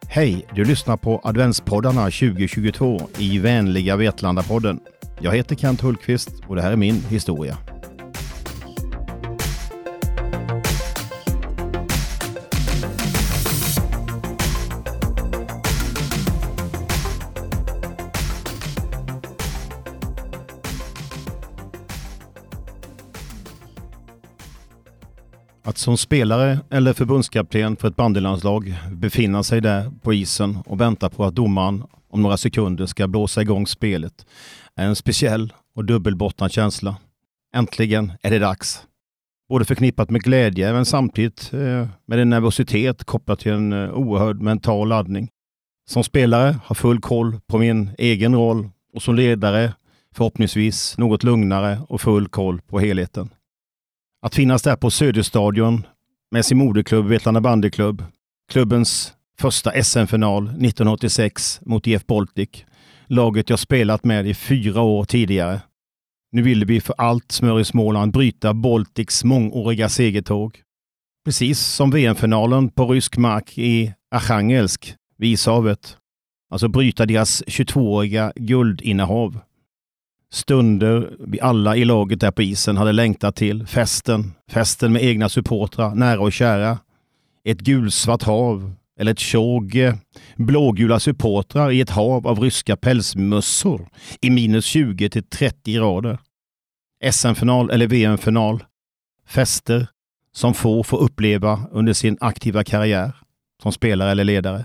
Hej, du lyssnar på adventspoddarna 2022 i vänliga Vetlanda-podden. Jag heter Kent Hultqvist och det här är min historia. Att som spelare eller förbundskapten för ett bandylandslag befinna sig där på isen och vänta på att domaren om några sekunder ska blåsa igång spelet är en speciell och dubbelbottnad känsla. Äntligen är det dags. Både förknippat med glädje men samtidigt med en nervositet kopplat till en oerhörd mental laddning. Som spelare har full koll på min egen roll och som ledare förhoppningsvis något lugnare och full koll på helheten. Att finnas där på Söderstadion med sin moderklubb Vetlanda bandyklubb, klubbens första SM-final 1986 mot IF Baltic, laget jag spelat med i 4 år tidigare. Nu ville vi för allt smör i Småland bryta Baltics mångåriga segertåg. Precis som VM-finalen på rysk mark i Arkhangelsk vid Ishavet. Alltså bryta deras 22-åriga guldinnehav. Stunder vi alla i laget där på isen hade längtat till. Festen med egna supportrar, nära och kära. Ett gulsvart hav eller ett tjog blågula supportrar i ett hav av ryska pälsmössor i minus 20 till 30 grader. SM-final eller VM-final. Fester som få får uppleva under sin aktiva karriär som spelare eller ledare.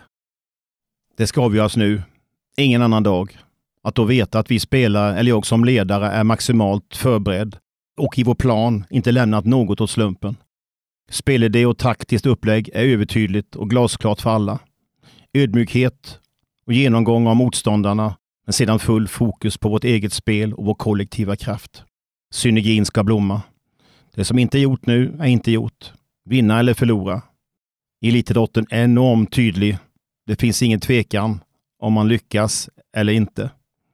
Det ska avgöras nu, ingen annan dag. Att då veta att vi spelar eller jag som ledare är maximalt förberedd och i vår plan inte lämnat något åt slumpen. Spelidé och taktiskt upplägg är övertydligt och glasklart för alla. Ödmjukhet och genomgång av motståndarna men sedan full fokus på vårt eget spel och vår kollektiva kraft. Synergin ska blomma. Det som inte är gjort nu är inte gjort. Vinna eller förlora. Elitidrotten är enormt tydlig. Det finns ingen tvekan om man lyckas eller inte.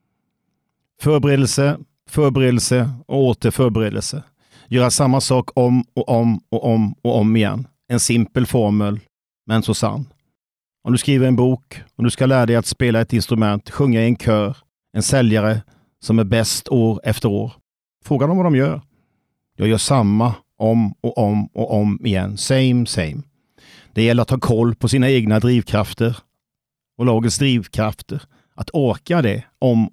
Förberedelse och åter förberedelse. Göra samma sak om och om igen. En simpel formel, men så sann. Om du skriver en bok, om du ska lära dig att spela ett instrument, sjunga i en kör, en säljare som är bäst år efter år. Fråga dem vad de gör. Jag gör samma om igen. Same. Det gäller att ha koll på sina egna drivkrafter och lagets drivkrafter. Att orka det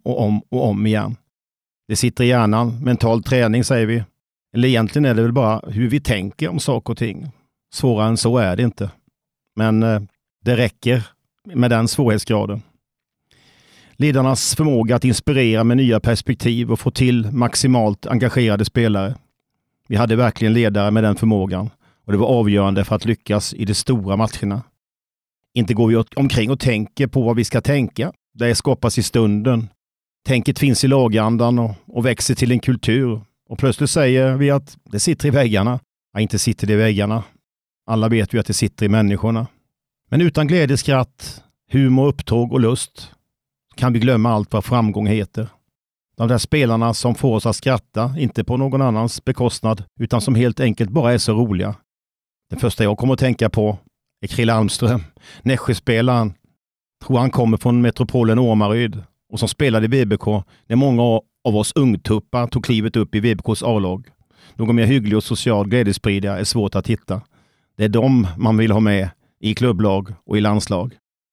om igen. Det sitter i hjärnan, mental träning säger vi. Eller egentligen är det väl bara hur vi tänker om saker och ting. Svårare än så är det inte. Men det räcker med den svårighetsgraden. Ledarnas förmåga att inspirera med nya perspektiv och få till maximalt engagerade spelare. Vi hade verkligen ledare med den förmågan och det var avgörande för att lyckas i de stora matcherna. Inte går vi omkring och tänker på vad vi ska tänka. Det skapas i stunden. Tänket finns i lagandan och växer till en kultur. Och plötsligt säger vi att det sitter i väggarna. Ja, inte sitter det i väggarna. Alla vet ju att det sitter i människorna. Men utan glädje, skratt, humor, upptåg och lust kan vi glömma allt vad framgång heter. De där spelarna som får oss att skratta, inte på någon annans bekostnad, utan som helt enkelt bara är så roliga. Den första jag kommer att tänka på är Krille Almström, Nässjö-spelaren. Tror han kommer från metropolen Åmaryd och som spelade i VBK när många av oss ungtuppar tog klivet upp i VBKs A-lag. Någon mer hygglig och social glädjespridare är svårt att hitta. Det är dem man vill ha med i klubblag och i landslag.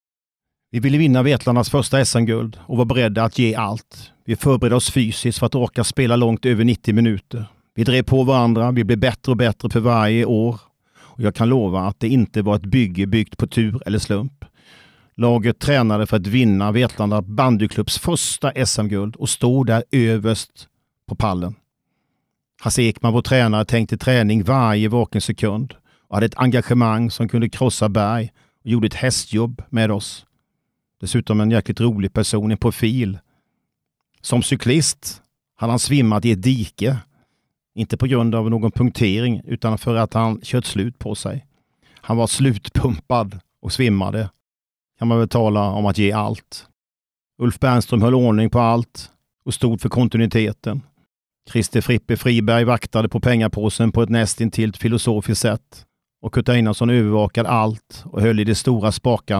Vi ville vinna Vetlandas första SM-guld och var beredda att ge allt. Vi förberedde oss fysiskt för att orka spela långt över 90 minuter. Vi drev på varandra, vi blev bättre och bättre för varje år. Och jag kan lova att det inte var ett bygge byggt på tur eller slump. Laget tränade för att vinna Vetlanda bandyklubbs första SM-guld och stod där överst på pallen. Hasse Ekman, vår tränare, tänkte träning varje vaken sekund och hade ett engagemang som kunde krossa berg och gjorde ett hästjobb med oss. Dessutom en jäkligt rolig person, en profil. Som cyklist hade han svimmat i ett dike. Inte på grund av någon punktering utan för att han kört slut på sig. Han var slutpumpad och svimmade. Kan man väl tala om att ge allt. Ulf Bernström höll ordning på allt och stod för kontinuiteten. Christer Frippe Friberg vaktade på pengapåsen på ett nästintill filosofiskt sätt. Och Kurt Einarsson övervakade allt och höll i de stora spakarna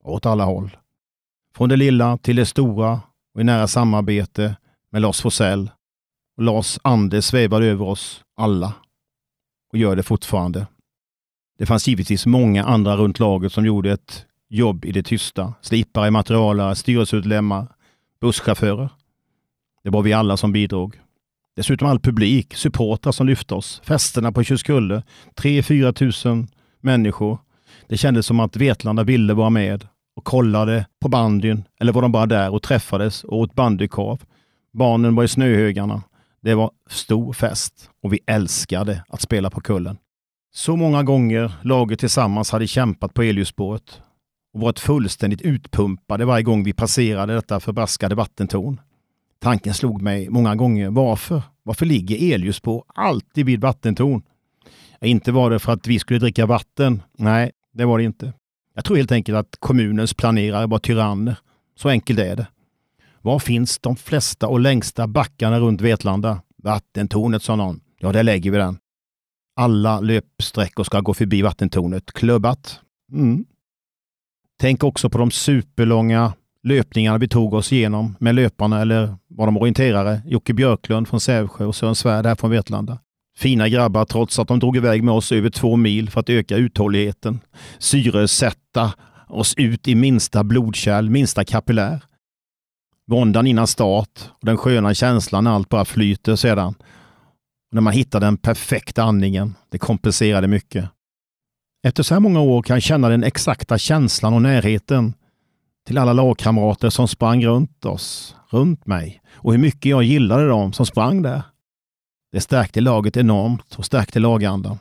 åt alla håll. Från det lilla till det stora och i nära samarbete med Lars Forssell. Och Lars ande svävade över oss alla och gör det fortfarande. Det fanns givetvis många andra runt laget som gjorde ett jobb i det tysta. Slipare, materialare, styrelseutlämmar, busschaufförer. Det var vi alla som bidrog. Dessutom all publik, supportrar som lyfte oss. Festerna på Tjuskulle, 3-4 tusen människor. Det kändes som att Vetlanda ville vara med och kollade på bandyn. Eller var de bara där och träffades och åt bandykorv. Barnen var i snöhögarna. Det var stor fest och vi älskade att spela på kullen. Så många gånger laget tillsammans hade kämpat på Eliusspåret och varit fullständigt utpumpade varje gång vi passerade detta förbaskade vattentorn. Tanken slog mig många gånger, varför ligger Eliusspår alltid vid vattentorn? Inte var det för att vi skulle dricka vatten, nej det var det inte. Jag tror helt enkelt att kommunens planerare var tyranner, så enkelt är det. Var finns de flesta och längsta backarna runt Vetlanda? Vattentornet, sa någon. Ja, där lägger vi den. Alla löpsträckor ska gå förbi vattentornet. Klubbat. Tänk också på de superlånga löpningarna vi tog oss igenom med löparna, eller var de orienterare. Jocke Björklund från Sävsjö och Sören Svärd här från Vetlanda. Fina grabbar trots att de drog iväg med oss över 2 mil för att öka uthålligheten. Syresätta oss ut i minsta blodkärl, minsta kapillär. Våndan innan start och den sköna känslan när allt bara flyter sedan. Och när man hittar den perfekta andningen, det kompenserade mycket. Efter så här många år kan jag känna den exakta känslan och närheten till alla lagkamrater som sprang runt oss, runt mig. Och hur mycket jag gillade dem som sprang där. Det stärkte laget enormt och stärkte lagandan.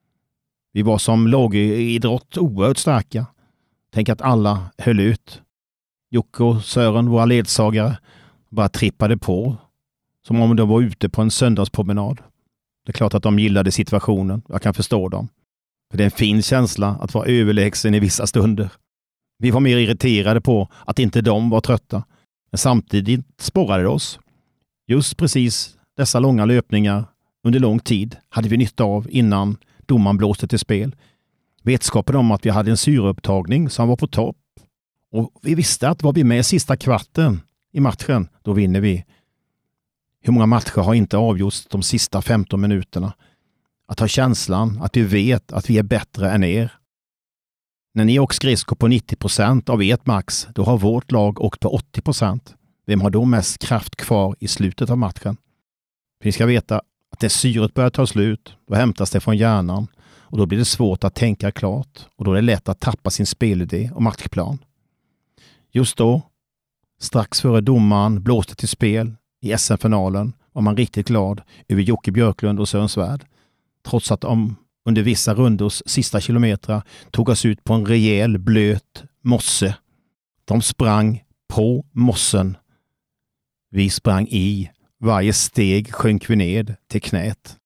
Vi var som lagidrott oerhört starka. Tänk att alla höll ut. Jocke och Sören, våra ledsagare, bara trippade på som om de var ute på en söndagspromenad. Det är klart att de gillade situationen. Jag kan förstå dem. För det är en fin känsla att vara överlägsen i vissa stunder. Vi var mer irriterade på att inte de var trötta. Men samtidigt sporrade det oss. Just precis dessa långa löpningar under lång tid hade vi nytta av innan domaren blåste till spel. Vetskapen om att vi hade en syreupptagning som var på topp. Och vi visste att var vi med sista kvarten i matchen, då vinner vi. Hur många matcher har inte avgjorts de sista 15 minuterna? Att ha känslan att vi vet att vi är bättre än er. När ni åker skridskor på 90% av ert max, då har vårt lag åkt på 80%. Vem har då mest kraft kvar i slutet av matchen? För ni ska veta att när syret börjar ta slut, då hämtas det från hjärnan. Och då blir det svårt att tänka klart. Och då är det lätt att tappa sin spelidé och matchplan. Just då, strax före domaren blåste till spel i SM-finalen, var man riktigt glad över Jocke Björklund och Sören Svärd. Trots att de under vissa rundors sista kilometrar tog oss ut på en rejäl blöt mosse. De sprang på mossen. Vi sprang i. Varje steg sjönk vi ned till knät.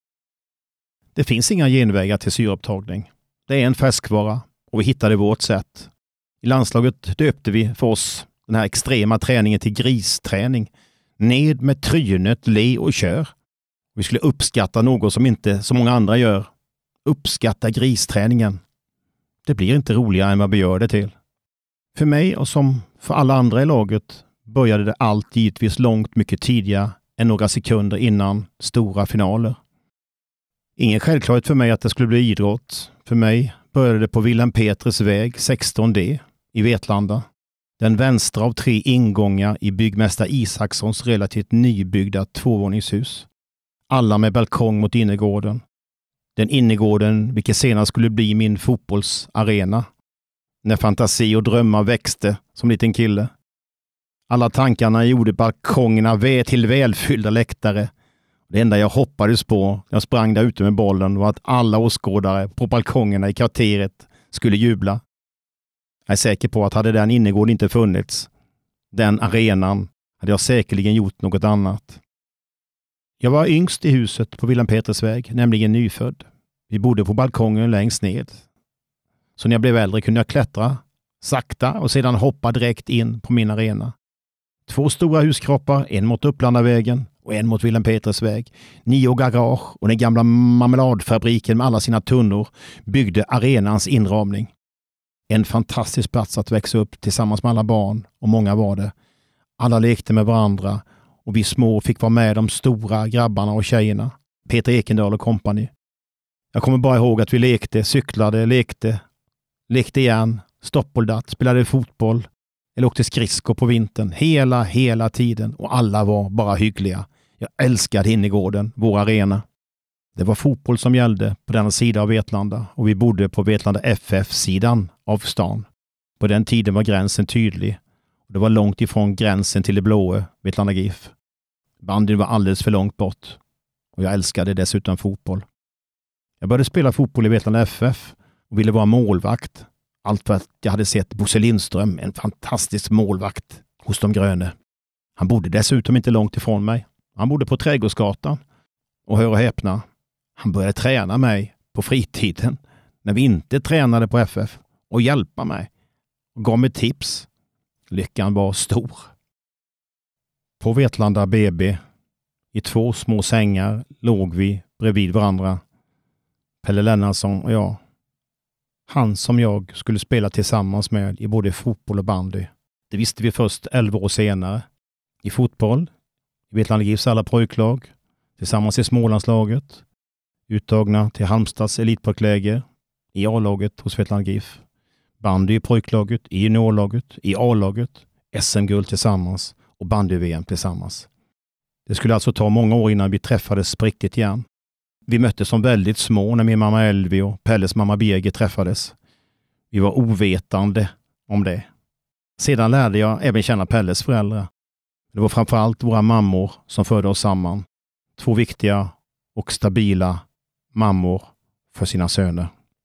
Det finns inga genvägar till syreupptagning. Det är en färskvara och vi hittade vårt sätt. I landslaget döpte vi för oss den här extrema träningen till gristräning. Ned med trynet, le och kör. Vi skulle uppskatta något som inte så många andra gör. Uppskatta gristräningen. Det blir inte roligare än vad vi gör det till. För mig och som för alla andra i laget började det allt givetvis långt mycket tidigare än några sekunder innan stora finaler. Ingen självklarhet för mig att det skulle bli idrott. För mig började det på Wilhelm Petres väg 16D i Vetlanda. Den vänstra av 3 ingångar i byggmästare Isakssons relativt nybyggda 2-våningshus. Alla med balkong mot innergården. Den innergården vilket senare skulle bli min fotbollsarena. När fantasi och drömmar växte som liten kille. Alla tankarna gjorde balkongerna till välfyllda läktare. Det enda jag hoppades på när jag sprang där ute med bollen var att alla åskådare på balkongerna i kvarteret skulle jubla. Jag är säker på att hade den innergården inte funnits, den arenan, hade jag säkerligen gjort något annat. Jag var yngst i huset på Wilhelm Petres väg, nämligen nyfödd. Vi bodde på balkongen längst ned. Så när jag blev äldre kunde jag klättra sakta och sedan hoppa direkt in på min arena. 2 stora huskroppar, en mot Upplandavägen och en mot Wilhelm Petres väg. 9 garage och den gamla marmeladfabriken med alla sina tunnor byggde arenans inramning. En fantastisk plats att växa upp tillsammans med alla barn, och många var det. Alla lekte med varandra och vi små fick vara med de stora grabbarna och tjejerna. Peter Ekendahl och kompani. Jag kommer bara ihåg att vi lekte, cyklade, lekte igen, stoppoldatt, spelade fotboll eller åkte skridskor på vintern. Hela tiden, och alla var bara hyggliga. Jag älskade innergården, vår arena. Det var fotboll som gällde på denna sida av Vetlanda, och vi bodde på Vetlanda FF-sidan av stan. På den tiden var gränsen tydlig. Det var långt ifrån gränsen till det blåa, Vetlanda GIF. Bandyn var alldeles för långt bort, och jag älskade dessutom fotboll. Jag började spela fotboll i Vetlanda FF och ville vara målvakt. Allt för att jag hade sett Bosse Lindström, en fantastisk målvakt hos de gröna. Han bodde dessutom inte långt ifrån mig. Han bodde på Trädgårdsgatan, och hör och häpna, han började träna mig på fritiden när vi inte tränade på FF och hjälpa mig och gav mig tips. Lyckan var stor. På Vetlanda BB i 2 små sängar låg vi bredvid varandra. Pelle Lennartsson och jag. Han som jag skulle spela tillsammans med i både fotboll och bandy. Det visste vi först 11 år senare. I fotboll, i Vetlanda GIFs alla pojklag, tillsammans i Smålandslaget, uttagna till Halmstads elitparkläger, i A-laget hos Vetlanda GIF, bandy i pojklaget, i juniorlaget, i A-laget, SM-guld tillsammans och bandy-VM tillsammans. Det skulle alltså ta många år innan vi träffades riktigt igen. Vi möttes som väldigt små när min mamma Elvi och Pelles mamma Birgit träffades. Vi var ovetande om det. Sedan lärde jag även känna Pelles föräldrar. Det var framförallt våra mammor som förde oss samman. 2 viktiga och stabila mammor för sina söner.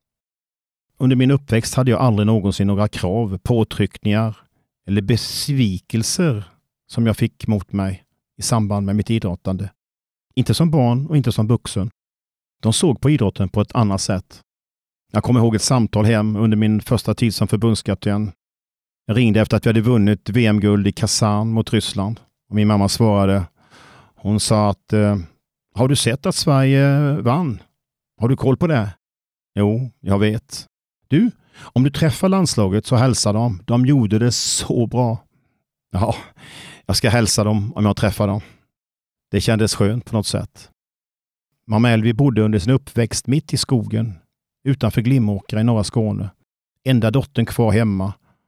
Under min uppväxt hade jag aldrig någonsin några krav, påtryckningar eller besvikelser som jag fick mot mig i samband med mitt idrottande. Inte som barn och inte som vuxen. De såg på idrotten på ett annat sätt. Jag kommer ihåg ett samtal hem under min första tid som förbundskapten. Jag ringde efter att vi hade vunnit VM-guld i Kazan mot Ryssland. Och min mamma svarade. Hon sa att har du sett att Sverige vann? Har du koll på det? Jo, jag vet. Du, om du träffar landslaget så hälsa dem. De gjorde det så bra. Ja, jag ska hälsa dem om jag träffar dem. Det kändes skönt på något sätt. Mamma Elvi bodde under sin uppväxt mitt i skogen utanför Glimåkra i norra Skåne. Enda dottern kvar hemma.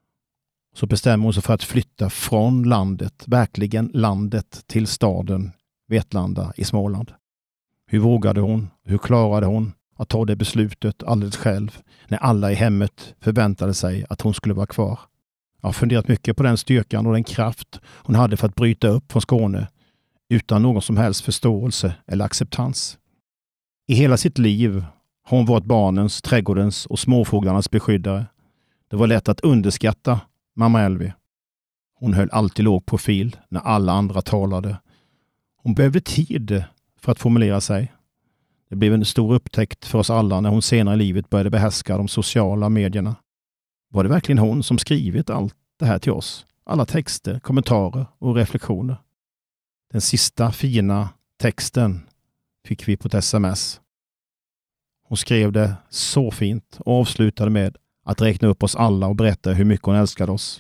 Så bestämmer hon sig för att flytta från landet, verkligen landet, till staden Vetlanda i Småland. Hur vågade hon? Hur klarade hon att ta det beslutet alldeles själv när alla i hemmet förväntade sig att hon skulle vara kvar? Jag har funderat mycket på den styrkan och den kraft hon hade för att bryta upp från Skåne utan någon som helst förståelse eller acceptans. I hela sitt liv har hon varit barnens, trädgårdens och småfåglarnas beskyddare. Det var lätt att underskatta mamma Elvi. Hon höll alltid låg profil när alla andra talade. Hon behövde tid för att formulera sig. Det blev en stor upptäckt för oss alla när hon senare i livet började behärska de sociala medierna. Var det verkligen hon som skrivit allt det här till oss? Alla texter, kommentarer och reflektioner. Den sista fina texten fick vi på ett sms. Hon skrev det så fint och avslutade med att räkna upp oss alla och berätta hur mycket hon älskade oss.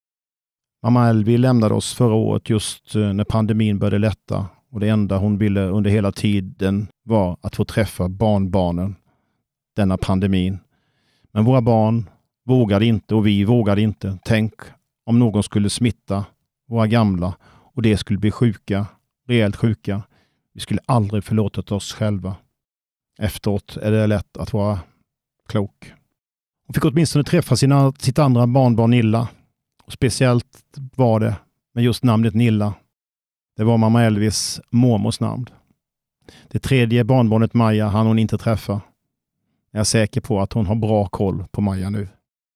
Mamma Elvi lämnade oss förra året just när pandemin började lätta, och det enda hon ville under hela tiden var att få träffa barnbarnen denna pandemin. Men våra barn vågade inte och vi vågade inte. Tänk om någon skulle smitta våra gamla och det skulle bli sjuka, rejält sjuka. Vi skulle aldrig förlåta oss själva. Efteråt är det lätt att vara klok. Hon fick åtminstone träffa sitt andra barnbarn Nilla. Och speciellt var det med just namnet Nilla. Det var mamma Elvis mormors namn. Det 3:e barnbarnet Maja hann hon inte träffa. Jag är säker på att hon har bra koll på Maja nu.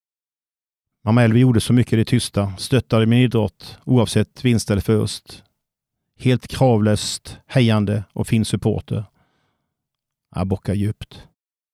Mamma Elvi gjorde så mycket i det tysta. Stöttade min idrott oavsett vinst eller förlust. Helt kravlöst, hejande och fin supporter. Jag bockar djupt.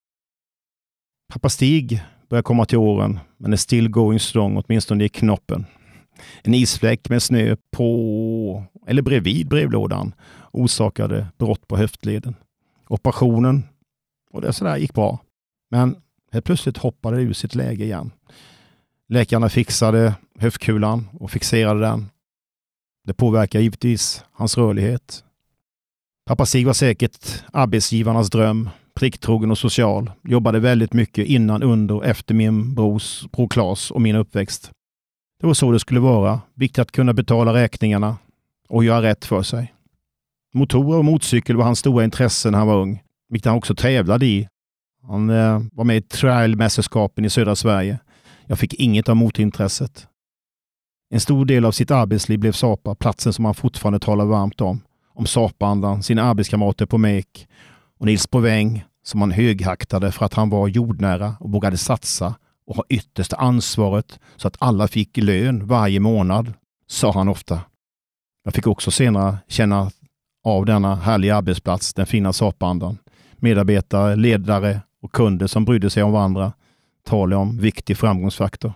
Pappa Stig börjar komma till åren, men är still going strong, åtminstone i knoppen. En isfläck med snö på eller bredvid brevlådan orsakade brott på höftleden. Operationen och det sådär gick bra. Men Helt plötsligt hoppade det ur sitt läge igen. Läkarna fixade höftkulan och fixerade den. Det påverkar givetvis hans rörlighet. Pappa Stig var säkert arbetsgivarnas dröm, pricktrogen och social. Jobbade väldigt mycket innan, under och efter min bror Claes och min uppväxt. Det var så det skulle vara. Viktigt att kunna betala räkningarna och göra rätt för sig. Motorer och motorcykel var hans stora intresse när han var ung, vilket han också tävlade i. Han var med i trialmästerskapen i södra Sverige. Jag fick inget av motorintresset. En stor del av sitt arbetsliv blev Sapa, platsen som han fortfarande talar varmt om. Om Sapa-andan, sina arbetskamrater på Mek och Nils Boväng som han höghaktade för att han var jordnära och vågade satsa och ha yttersta ansvaret så att alla fick lön varje månad, sa han ofta. Jag fick också senare känna av denna härliga arbetsplats, den fina Sapa-andan. Medarbetare, ledare och kunder som brydde sig om varandra talar om viktig framgångsfaktor.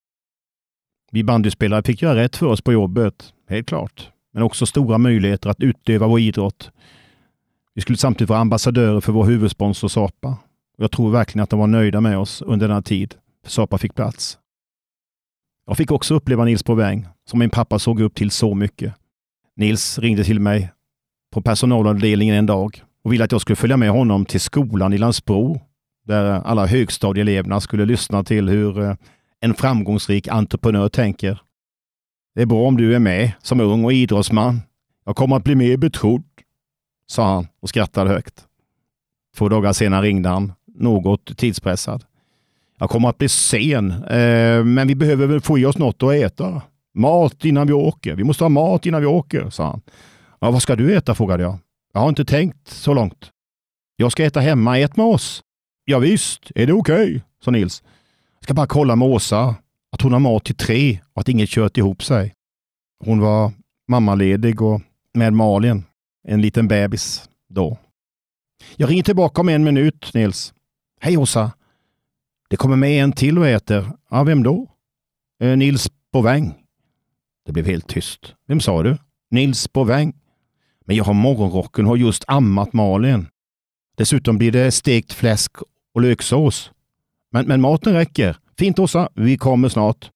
Vi bandyspelare fick göra rätt för oss på jobbet, helt klart. Men också stora möjligheter att utöva vår idrott. Vi skulle samtidigt vara ambassadörer för vår huvudsponsor Sapa. Och jag tror verkligen att de var nöjda med oss under den här tid. För Sapa fick plats. Jag fick också uppleva Nils Boväng, som min pappa såg upp till så mycket. Nils ringde till mig på personalavdelningen en dag och ville att jag skulle följa med honom till skolan i Landsbro, där alla högstadieeleverna skulle lyssna till hur en framgångsrik entreprenör tänker. Det är bra om du är med som ung och idrottsman. Jag kommer att bli mer betrodd, sa han och skrattade högt. 2 dagar senare ringde han, något tidspressad. Jag kommer att bli sen, men vi behöver väl få i oss något att äta. Mat innan vi åker. Vi måste ha mat innan vi åker, sa han. Ja, vad ska du äta, frågade jag. Jag har inte tänkt så långt. Jag ska äta hemma, ät med oss. Ja visst, är det okej, sa Nils. Jag ska bara kolla med Åsa att hon har mat till 3 och att inget kört ihop sig. Hon var mammaledig och med Malin, en liten bebis då. Jag ringer tillbaka om 1 minut, Nils. Hej Åsa. Det kommer med en till och äter. Ja, vem då? Nils Boväng. Det blev helt tyst. Vem sa du? Nils Boväng. Men jag har morgonrocken och har just ammat Malin. Dessutom blir det stekt fläsk och löksås. Men maten räcker. Fint Åsa, vi kommer snart.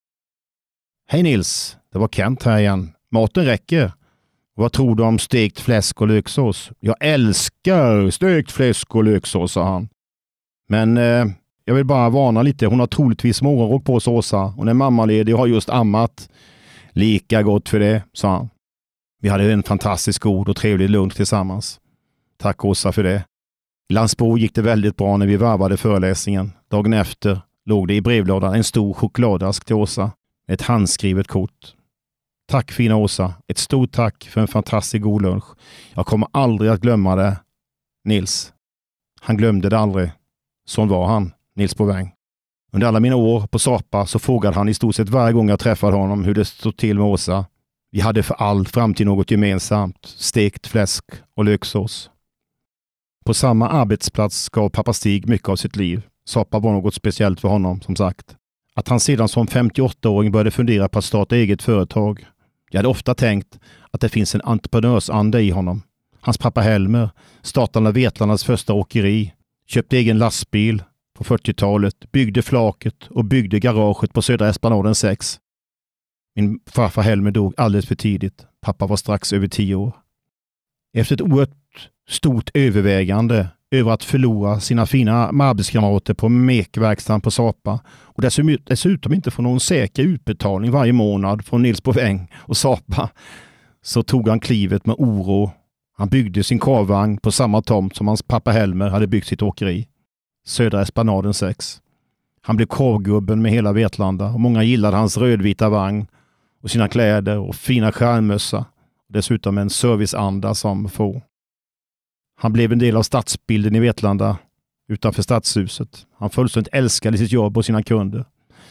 Hej Nils, det var Kent här igen. Maten räcker. Vad tror du om stekt fläsk och löksås? Jag älskar stekt fläsk och löksås, sa han. Men jag vill bara varna lite. Hon har troligtvis morgonrock på sig, Åsa. Hon är mammaledig och har just ammat. Lika gott för det, sa han. Vi hade en fantastiskt god och trevlig lunch tillsammans. Tack Åsa för det. I Landsbro gick det väldigt bra när vi varvade föreläsningen. Dagen efter låg det i brevlådan en stor chokladask till Åsa. Ett handskrivet kort. Tack fina Åsa. Ett stort tack för en fantastisk god lunch. Jag kommer aldrig att glömma det. Nils. Han glömde det aldrig. Sån var han, Nils Boväng. Under alla mina år på Sapa så frågade han i stort sett varje gång jag träffade honom hur det stod till med Åsa. Vi hade för all framtid något gemensamt. Stekt fläsk och löksås. På samma arbetsplats gav pappa Stig mycket av sitt liv. Sapa var något speciellt för honom, som sagt. Att han sedan som 58-åring började fundera på att starta eget företag. Jag hade ofta tänkt att det finns en entreprenörsanda i honom. Hans pappa Helmer startade Vetlandas första åkeri, köpte egen lastbil på 40-talet, byggde flaket och byggde garaget på Södra Esplanaden 6. Min farfar Helmer dog alldeles för tidigt. Pappa var strax över 10 år. Efter ett oerhört stort övervägande över att förlora sina fina arbetskamrater på mekverkstan på Sapa och dessutom inte få någon säker utbetalning varje månad från Nils Boväng och Sapa, så tog han klivet med oro. Han byggde sin korvvagn på samma tomt som hans pappa Helmer hade byggt sitt åkeri, Södra Esplanaden 6. Han blev korvgubben med hela Vetlanda och många gillade hans rödvita vagn och sina kläder och fina stjärnmössa. Dessutom en serviceanda som få. Han blev en del av stadsbilden i Vetlanda utanför stadshuset. Han fullständigt älskade sitt jobb och sina kunder.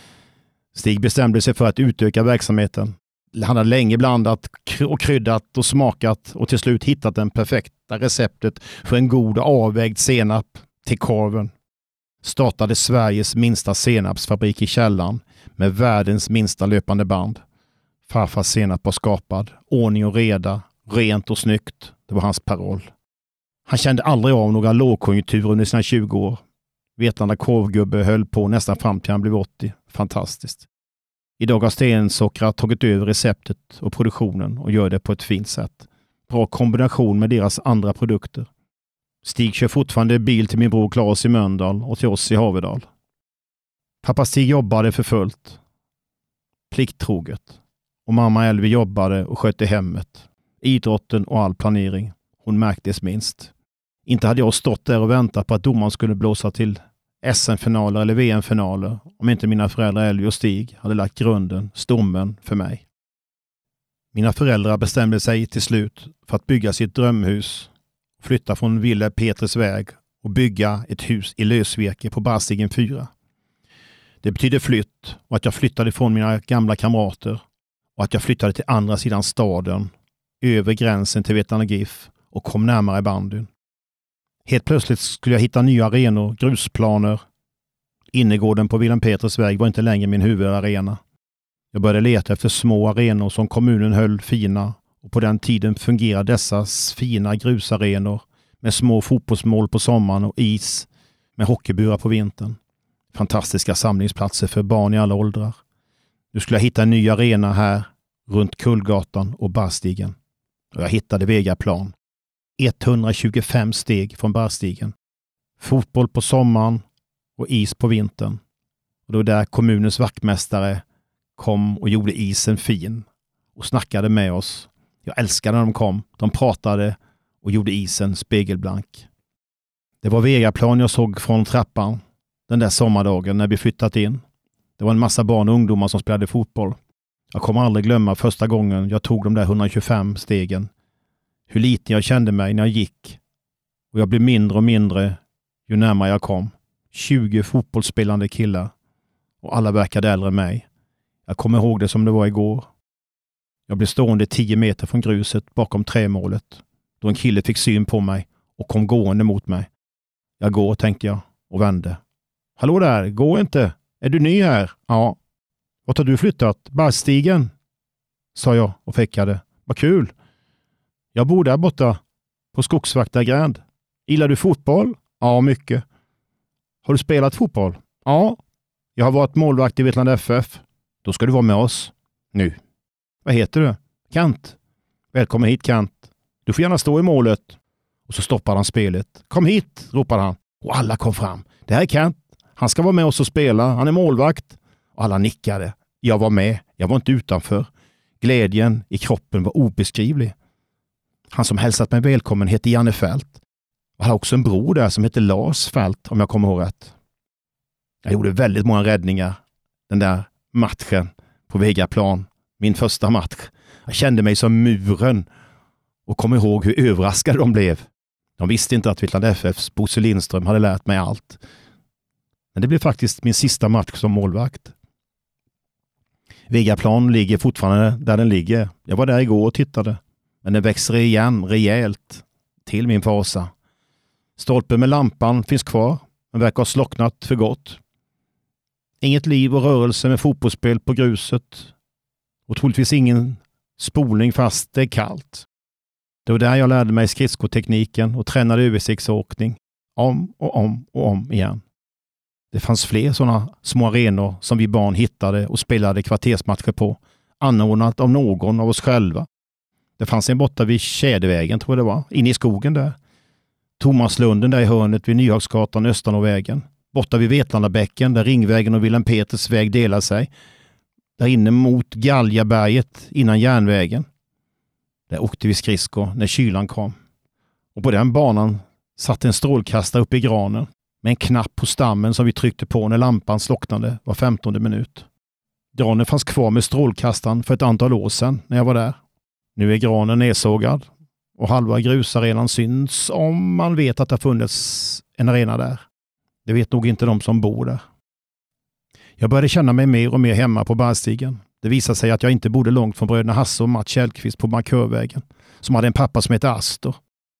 Stig bestämde sig för att utöka verksamheten. Han hade länge blandat och kryddat och smakat och till slut hittat det perfekta receptet för en god avvägd senap till korven. Startade Sveriges minsta senapsfabrik i källaren med världens minsta löpande band. Farfars senap var skapad. Ordning och reda, rent och snyggt. Det var hans paroll. Han kände aldrig av några lågkonjunkturer under sina 20 år. Vetlanda korvgubbe höll på nästan fram till han blev 80. Fantastiskt. Idag har Stensockra tagit över receptet och produktionen och gör det på ett fint sätt. Bra kombination med deras andra produkter. Stig kör fortfarande bil till min bror Claes i Mölndal och till oss i Haverdal. Pappa Stig jobbade för fullt. Plikttroget. Och mamma Elvi jobbade och skötte hemmet. Idrotten och all planering. Hon märktes minst. Inte hade jag stått där och väntat på att domaren skulle blåsa till SM-finaler eller VM-finaler om inte mina föräldrar Elvi och Stig hade lagt grunden, stommen för mig. Mina föräldrar bestämde sig till slut för att bygga sitt drömhus, flytta från Ville Petrus väg och bygga ett hus i lösvirke på Barstigen 4. Det betydde flytt och att jag flyttade från mina gamla kamrater och att jag flyttade till andra sidan staden, över gränsen till Vetlanda GIF och kom närmare bandyn. Helt plötsligt skulle jag hitta nya arenor, grusplaner. Innergården på Wilhelm Petrus väg var inte längre min huvudarena. Jag började leta efter små arenor som kommunen höll fina och på den tiden fungerade dessa fina grusarenor med små fotbollsmål på sommaren och is med hockeyburar på vintern. Fantastiska samlingsplatser för barn i alla åldrar. Nu skulle jag hitta en ny arena här runt Kullgatan och Barstigen. Och jag hittade Vegaplan. 125 steg från Barstigen. Fotboll på sommaren och is på vintern. Och det var där kommunens vaktmästare kom och gjorde isen fin och snackade med oss. Jag älskade när de kom. De pratade och gjorde isen spegelblank. Det var Vegaplan jag såg från trappan den där sommardagen när vi flyttat in. Det var en massa barn och ungdomar som spelade fotboll. Jag kommer aldrig glömma första gången jag tog de där 125 stegen. Hur liten jag kände mig när jag gick. Och jag blev mindre och mindre ju närmare jag kom. 20 fotbollsspelande killar. Och alla verkade äldre än mig. Jag kommer ihåg det som det var igår. Jag blev stående 10 meter från gruset bakom trämålet. Då en kille fick syn på mig och kom gående mot mig. Jag går, tänkte jag och vände. Hallå där, gå inte. Är du ny här? Ja. Vart har du flyttat? Barstigen, sa jag och fäckade. Vad kul. Jag bor där borta på Skogsvaktargränd. Gillar du fotboll? Ja, mycket. Har du spelat fotboll? Ja. Jag har varit målvakt i Vetlanda FF. Då ska du vara med oss. Nu. Vad heter du? Kant. Välkommen hit, Kant. Du får gärna stå i målet. Och så stoppar han spelet. Kom hit, ropar han. Och alla kom fram. Det här är Kant. Han ska vara med oss och spela. Han är målvakt. Och alla nickade. Jag var med. Jag var inte utanför. Glädjen i kroppen var obeskrivlig. Han som hälsat mig välkommen heter Janne Fält. Och han har också en bror där som heter Lars Fält, om jag kommer ihåg rätt. Jag gjorde väldigt många räddningar den där matchen på Vegaplan. Min första match. Jag kände mig som muren och kom ihåg hur överraskade de blev. De visste inte att Vetlanda FFs Bosse Lindström hade lärt mig allt. Men det blev faktiskt min sista match som målvakt. Vegaplan ligger fortfarande där den ligger. Jag var där igår och tittade. Men den växer igen rejält till min fasa. Stolpen med lampan finns kvar, men verkar ha slocknat för gott. Inget liv och rörelse med fotbollsspel på gruset. Och troligtvis ingen spolning fast det är kallt. Det var där jag lärde mig skridskotekniken och tränade översiktsåkning. Om och om och om igen. Det fanns fler sådana små arenor som vi barn hittade och spelade kvartersmatcher på. Anordnat av någon av oss själva. Det fanns en borta vid Tjädervägen, tror jag det var. Inne i skogen där. Thomaslunden där i hörnet vid Nyhagsgatan, Östanåvägen. Borta vid Vetlandabäcken där Ringvägen och Wilhelm Petrus väg delar sig. Där inne mot Galjaberget innan järnvägen. Där åkte vi skridskor när kylan kom. Och på den banan satt en strålkastare uppe i granen. Med en knapp på stammen som vi tryckte på när lampan slocknade var 15:e minut. Granen fanns kvar med strålkastaren för ett antal år sedan när jag var där. Nu är granen nedsågad och halva grusarenan syns om man vet att det har funnits en arena där. Det vet nog inte de som bor där. Jag började känna mig mer och mer hemma på Barstigen. Det visade sig att jag inte bodde långt från bröderna Hasse och Mats Källqvist på Markörvägen, som hade en pappa som hette Astor.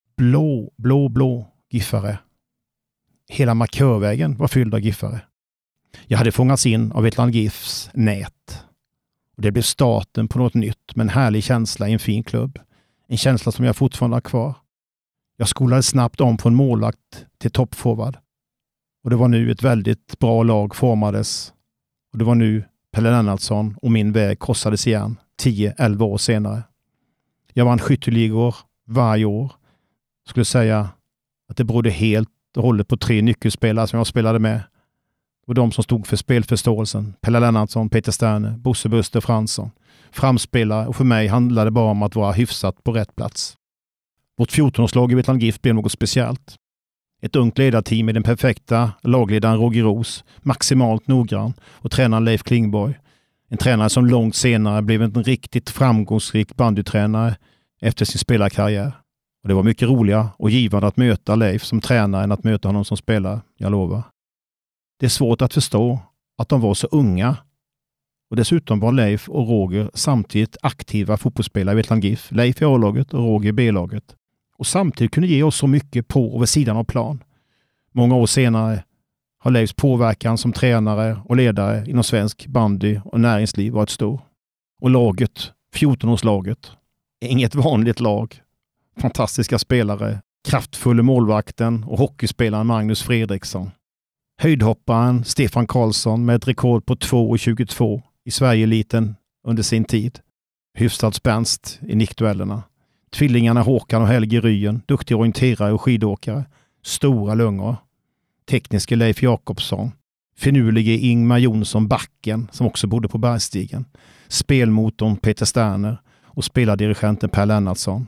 Blå giffare. Hela Markörvägen var fylld av giffare. Jag hade fångats in av Vetlanda GIFs nät. Och det blev starten på något nytt med en härlig känsla i en fin klubb. En känsla som jag fortfarande har kvar. Jag skolade snabbt om från målvakt till toppforward. Och det var nu ett väldigt bra lag formades. Och det var nu Pelle Lennartsson och min väg korsades igen 10-11 år senare. Jag vann skytteligor varje år. Skulle säga att det berodde helt och hållet på 3 nyckelspelare som jag spelade med. Det var de som stod för spelförståelsen. Pelle Lennartsson, Peter Sterne, Bosse Buster Fransson. Framspelare, och för mig handlade det bara om att vara hyfsat på rätt plats. Vårt 14-årslag i Vetlanda GIF blev något speciellt. Ett ungt ledarteam med den perfekta lagledaren Roger Ros, maximalt noggrann, och tränaren Leif Klingborg. En tränare som långt senare blev en riktigt framgångsrik bandytränare efter sin spelarkarriär. Och det var mycket roligare och givande att möta Leif som tränare än att möta honom som spelare, jag lovar. Det är svårt att förstå att de var så unga. Och dessutom var Leif och Roger samtidigt aktiva fotbollsspelare i Vetlanda GIF. Leif i A-laget och Roger i B-laget. Och samtidigt kunde ge oss så mycket på och vid sidan av plan. Många år senare har Leifs påverkan som tränare och ledare inom svensk bandy och näringsliv varit stor. Och laget, 14-årslaget, är inget vanligt lag. Fantastiska spelare, kraftfulla målvakten och hockeyspelaren Magnus Fredriksson. Höjdhopparen Stefan Karlsson med ett rekord på 2,22 i Sverigeeliten under sin tid. Hyfsat spänst i nickduellerna. Tvillingarna Håkan och Helge Ryen, duktiga orienterare och skidåkare. Stora lungor. Tekniske Leif Jakobsson. Finurlige Ingmar Jonsson Backen, som också bodde på Bergstigen. Spelmotorn Peter Sterner och spelardirigenten Per Lennartsson.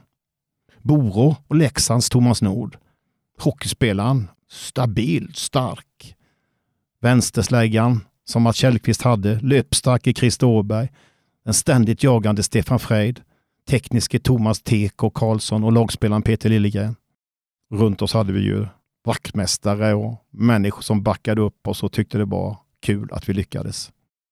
Boro och Leksands Thomas Nord. Hockeyspelaren, stabil, stark. Vänstersläggan som Mats Källqvist hade, löpstarke Christer Åberg. Den ständigt jagande Stefan Freid. Tekniske Thomas T.K. Karlsson och lagspelaren Peter Liljegren. Runt oss hade vi ju vaktmästare och människor som backade upp oss och tyckte det var kul att vi lyckades.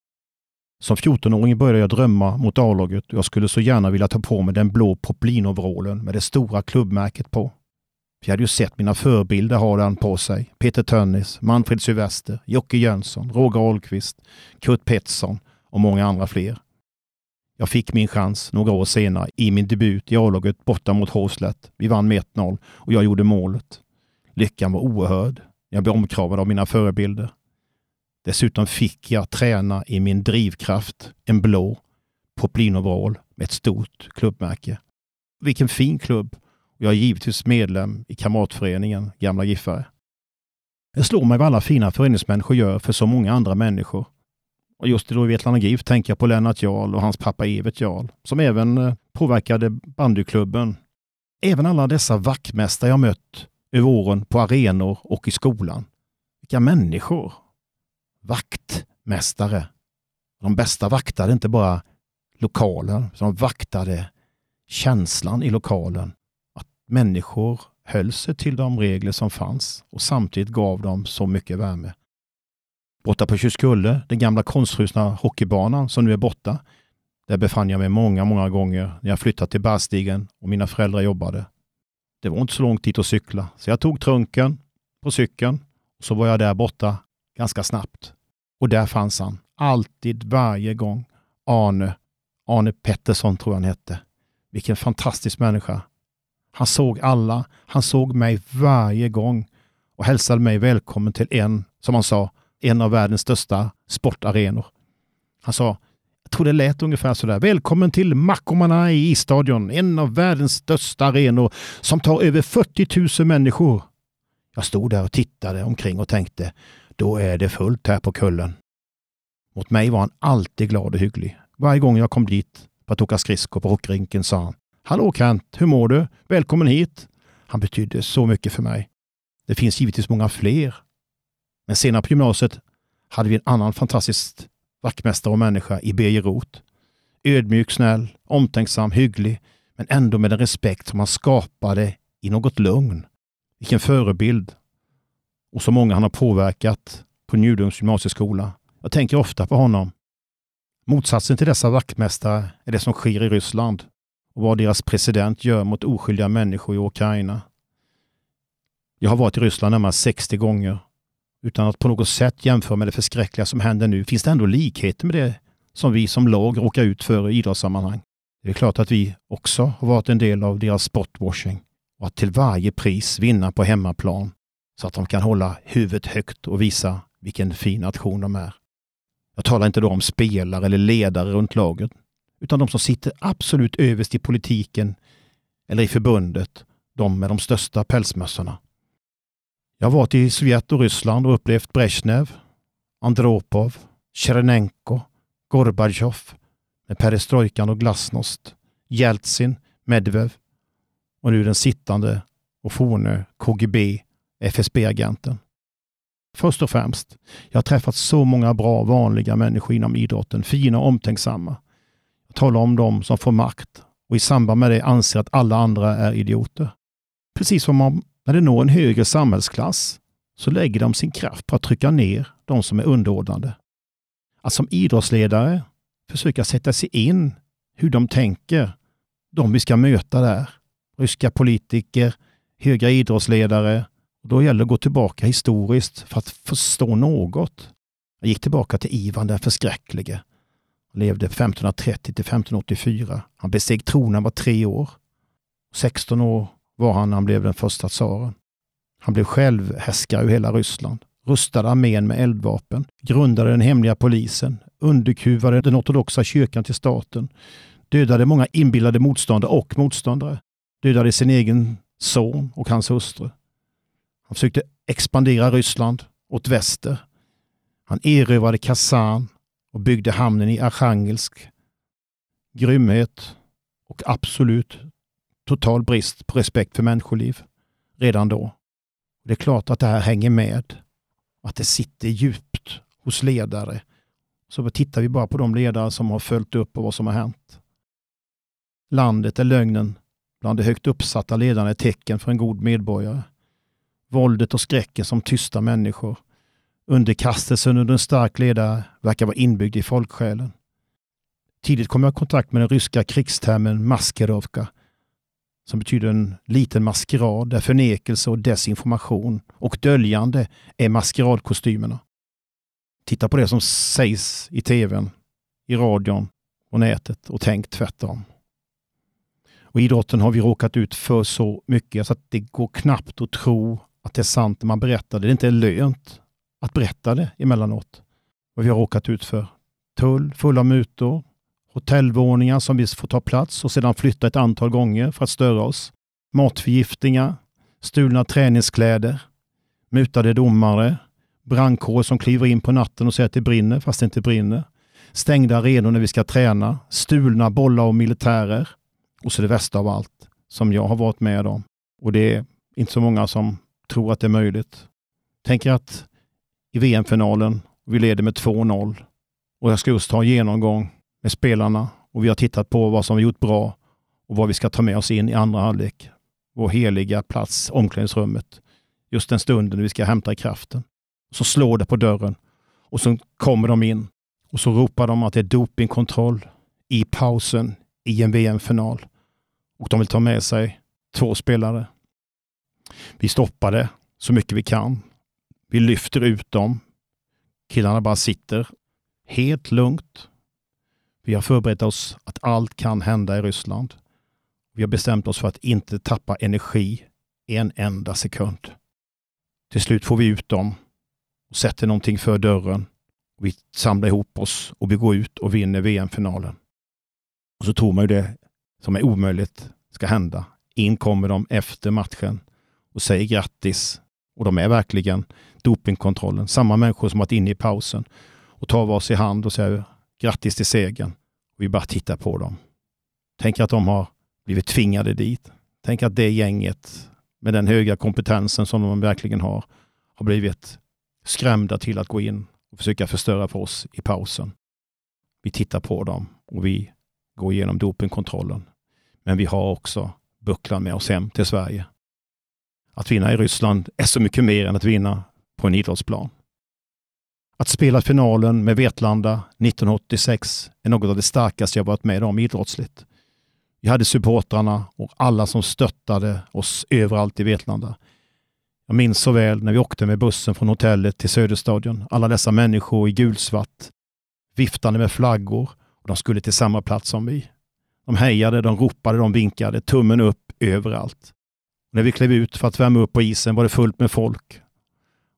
Som 14-åring började jag drömma mot A-laget och jag skulle så gärna vilja ta på mig den blå poplin-overallen med det stora klubbmärket på. Jag hade ju sett mina förebilder ha den på sig. Peter Tönnis, Manfred Sylvester, Jocke Jönsson, Roger Ahlqvist, Kurt Pettersson och många andra fler. Jag fick min chans några år senare i min debut i A-laget borta mot Håslet. Vi vann med 1-0 och jag gjorde målet. Lyckan var oerhörd. Jag blev omkravad av mina förebilder. Dessutom fick jag träna i min drivkraft en blå poplinoverall med ett stort klubbmärke. Vilken fin klubb. Jag är givetvis medlem i kamratföreningen Gamla Giffare. Det slår mig vad alla fina föreningsmänniskor gör för så många andra människor. Och just då i Vetlanda GIF tänker jag på Lennart Jarl och hans pappa Evert Jarl, som även påverkade bandyklubben. Även alla dessa vaktmästare jag mött över åren på arenor och i skolan. Vilka människor! Vaktmästare. De bästa vaktade inte bara lokalen, de vaktade känslan i lokalen. Att människor höll sig till de regler som fanns och samtidigt gav dem så mycket värme. Borta på Tjuskulle, den gamla konstfrusna hockeybanan som nu är borta. Där befann jag mig många gånger när jag flyttade till Bergstigen och mina föräldrar jobbade. Det var inte så långt dit att cykla, så jag tog trunken på cykeln och så var jag där borta ganska snabbt. Och där fanns han, alltid, varje gång. Arne Pettersson tror han hette. Vilken fantastisk människa. Han såg alla, han såg mig varje gång och hälsade mig välkommen till som han sa, en av världens största sportarenor. Han sa, jag tror det lät ungefär sådär, välkommen till Mackomana i Isstadion, en av världens största arenor som tar över 40 000 människor. Jag stod där och tittade omkring och tänkte, då är det fullt här på kullen. Mot mig var han alltid glad och hygglig. Varje gång jag kom dit för att åka skridskor på hockeyrinken sa han, hallå Kent, hur mår du? Välkommen hit. Han betydde så mycket för mig. Det finns givetvis många fler. Men senare på gymnasiet hade vi en annan fantastisk vaktmästare och människa i Birger Roth. Ödmjuk, snäll, omtänksam, hygglig, men ändå med en respekt som han skapade i något lugn. Vilken förebild. Och så många han har påverkat på Njudungs gymnasieskola. Jag tänker ofta på honom. Motsatsen till dessa vaktmästare är det som sker i Ryssland och vad deras president gör mot oskyldiga människor i Ukraina. Jag har varit i Ryssland närmare 60 gånger. Utan att på något sätt jämföra med det förskräckliga som händer nu finns det ändå likheter med det som vi som lag råkar ut för i idrottssammanhang. Det är klart att vi också har varit en del av deras sportwashing och att till varje pris vinna på hemmaplan så att de kan hålla huvudet högt och visa vilken fin nation de är. Jag talar inte då om spelare eller ledare runt laget, utan de som sitter absolut överst i politiken eller i förbundet, de med de största pälsmössorna. Jag har varit i Sovjet och Ryssland och upplevt Brezhnev, Andropov, Tjernenko, Gorbachev med perestrojkan och glasnost, Jeltsin, Medvedev och nu den sittande och forne KGB, FSB-agenten. Först och främst, jag har träffat så många bra vanliga människor inom idrotten, fina och omtänksamma. Jag talar om dem som får makt och i samband med det anser att alla andra är idioter. Precis som om när det når en högre samhällsklass så lägger de sin kraft på att trycka ner de som är underordnade. Att som idrottsledare försöka sätta sig in hur de tänker, de vi ska möta där. Ryska politiker, höga idrottsledare. Och då gäller det att gå tillbaka historiskt för att förstå något. Jag gick tillbaka till Ivan den förskräcklige. Han levde 1530 till 1584. Han besteg tronen, han var 3 år. 16 år var han när han blev den första tsaren. Han blev själv härskare i hela Ryssland. Rustade armén med eldvapen. Grundade den hemliga polisen. Underkuvade den ortodoxa kyrkan till staten. Dödade många inbillade motståndare och motståndare. Dödade sin egen son och hans hustru. Han försökte expandera Ryssland åt väster. Han erövrade Kazan och byggde hamnen i Arkhangelsk. Grymhet och absolut total brist på respekt för människoliv redan då. Det är klart att det här hänger med. Att det sitter djupt hos ledare. Så tittar vi bara på de ledare som har följt upp och vad som har hänt. Landet är lögnen bland de högt uppsatta ledarna är tecken för en god medborgare. Våldet och skräcken som tysta människor. Underkastelsen under en stark ledare verkar vara inbyggd i folksjälen. Tidigt kom jag i kontakt med den ryska krigstermen maskerovka, som betyder en liten maskerad där förnekelse och desinformation och döljande är maskeradkostymerna. Titta på det som sägs i tvn, i radion och nätet och tänk tvärtom. Och i idrotten har vi råkat ut för så mycket så att det går knappt att tro att det är sant när man berättar det. Det är inte lönt att berätta det emellanåt. Vad vi har råkat ut för. Tull, fulla mutor, hotellvåningar som vi får ta plats och sedan flytta ett antal gånger för att störa oss. Matförgiftningar, stulna träningskläder, mutade domare, brandkår som kliver in på natten och säger att det brinner fast det inte brinner. Stängda arenor när vi ska träna, stulna bollar och militärer. Och så det värsta av allt som jag har varit med om. Och det är inte så många som tror att det är möjligt. Tänker att i VM-finalen vi leder med 2-0 och jag ska just ha en genomgång med spelarna och vi har tittat på vad som vi gjort bra och vad vi ska ta med oss in i andra halvlek. Vår heliga plats, omklädningsrummet. Just den stunden vi ska hämta kraften. Så slår det på dörren och så kommer de in och så ropar de att det är dopingkontroll i pausen i en VM-final. Och de vill ta med sig 2 spelare. Vi stoppar det så mycket vi kan. Vi lyfter ut dem. Killarna bara sitter helt lugnt. Vi har förberett oss att allt kan hända i Ryssland. Vi har bestämt oss för att inte tappa energi en enda sekund. Till slut får vi ut dem och sätter någonting för dörren. Vi samlar ihop oss och vi går ut och vinner VM-finalen. Och så tror man ju det som är omöjligt ska hända. In kommer de efter matchen och säger grattis. Och de är verkligen dopingkontrollen. Samma människor som varit inne i pausen. Och tar oss i hand och säger grattis till segern. Och vi bara tittar på dem. Tänk att de har blivit tvingade dit. Tänk att det gänget med den höga kompetensen som de verkligen har blivit skrämda till att gå in och försöka förstöra för oss i pausen. Vi tittar på dem och vi går igenom dopingkontrollen. Men vi har också bucklan med oss hem till Sverige. Att vinna i Ryssland är så mycket mer än att vinna på en idrottsplan. Att spela finalen med Vetlanda 1986 är något av det starkaste jag varit med om idrottsligt. Vi hade supportrarna och alla som stöttade oss överallt i Vetlanda. Jag minns så väl när vi åkte med bussen från hotellet till Söderstadion. Alla dessa människor i gulsvart, viftande med flaggor och de skulle till samma plats som vi. De hejade, de ropade, de vinkade, tummen upp överallt. Och när vi klev ut för att värma upp på isen var det fullt med folk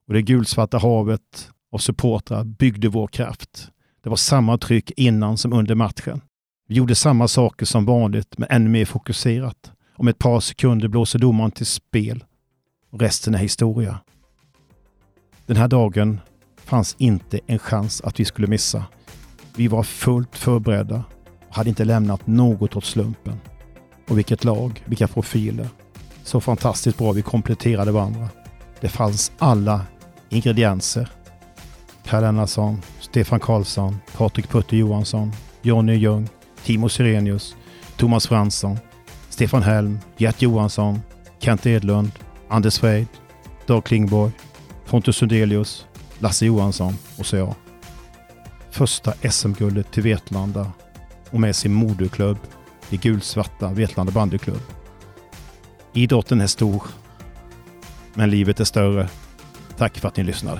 Och det gulsvarta havet av supportrar byggde vår kraft. Det var samma tryck innan som under matchen. Vi gjorde samma saker som vanligt men ännu mer fokuserat. Om ett par sekunder blåser domaren till spel och resten är historia. Den här dagen fanns inte en chans att vi skulle missa. Vi var fullt förberedda och hade inte lämnat något åt slumpen. Och vilket lag, vilka profiler. Så fantastiskt bra vi kompletterade varandra. Det fanns alla ingredienser. Per Lennartsson, Stefan Karlsson, Patrik Putte Johansson, Jonny Ljung, Timo Sirenius, Thomas Fransson, Stefan Helm, Gert Johansson, Kent Edlund, Anders Freid, Dag Klingborg, Pontus Sundelius, Lasse Johansson och så jag. Första SM-guldet till Vetlanda och med sin moderklubb, det gulsvarta Vetlanda bandyklubb. Idrotten är stor, men livet är större. Tack för att ni lyssnade.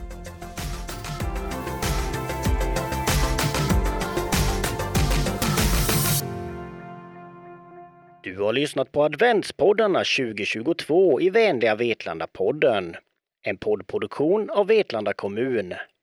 Du har lyssnat på adventspoddarna 2022 i vänliga Vetlanda-podden. En poddproduktion av Vetlanda kommun.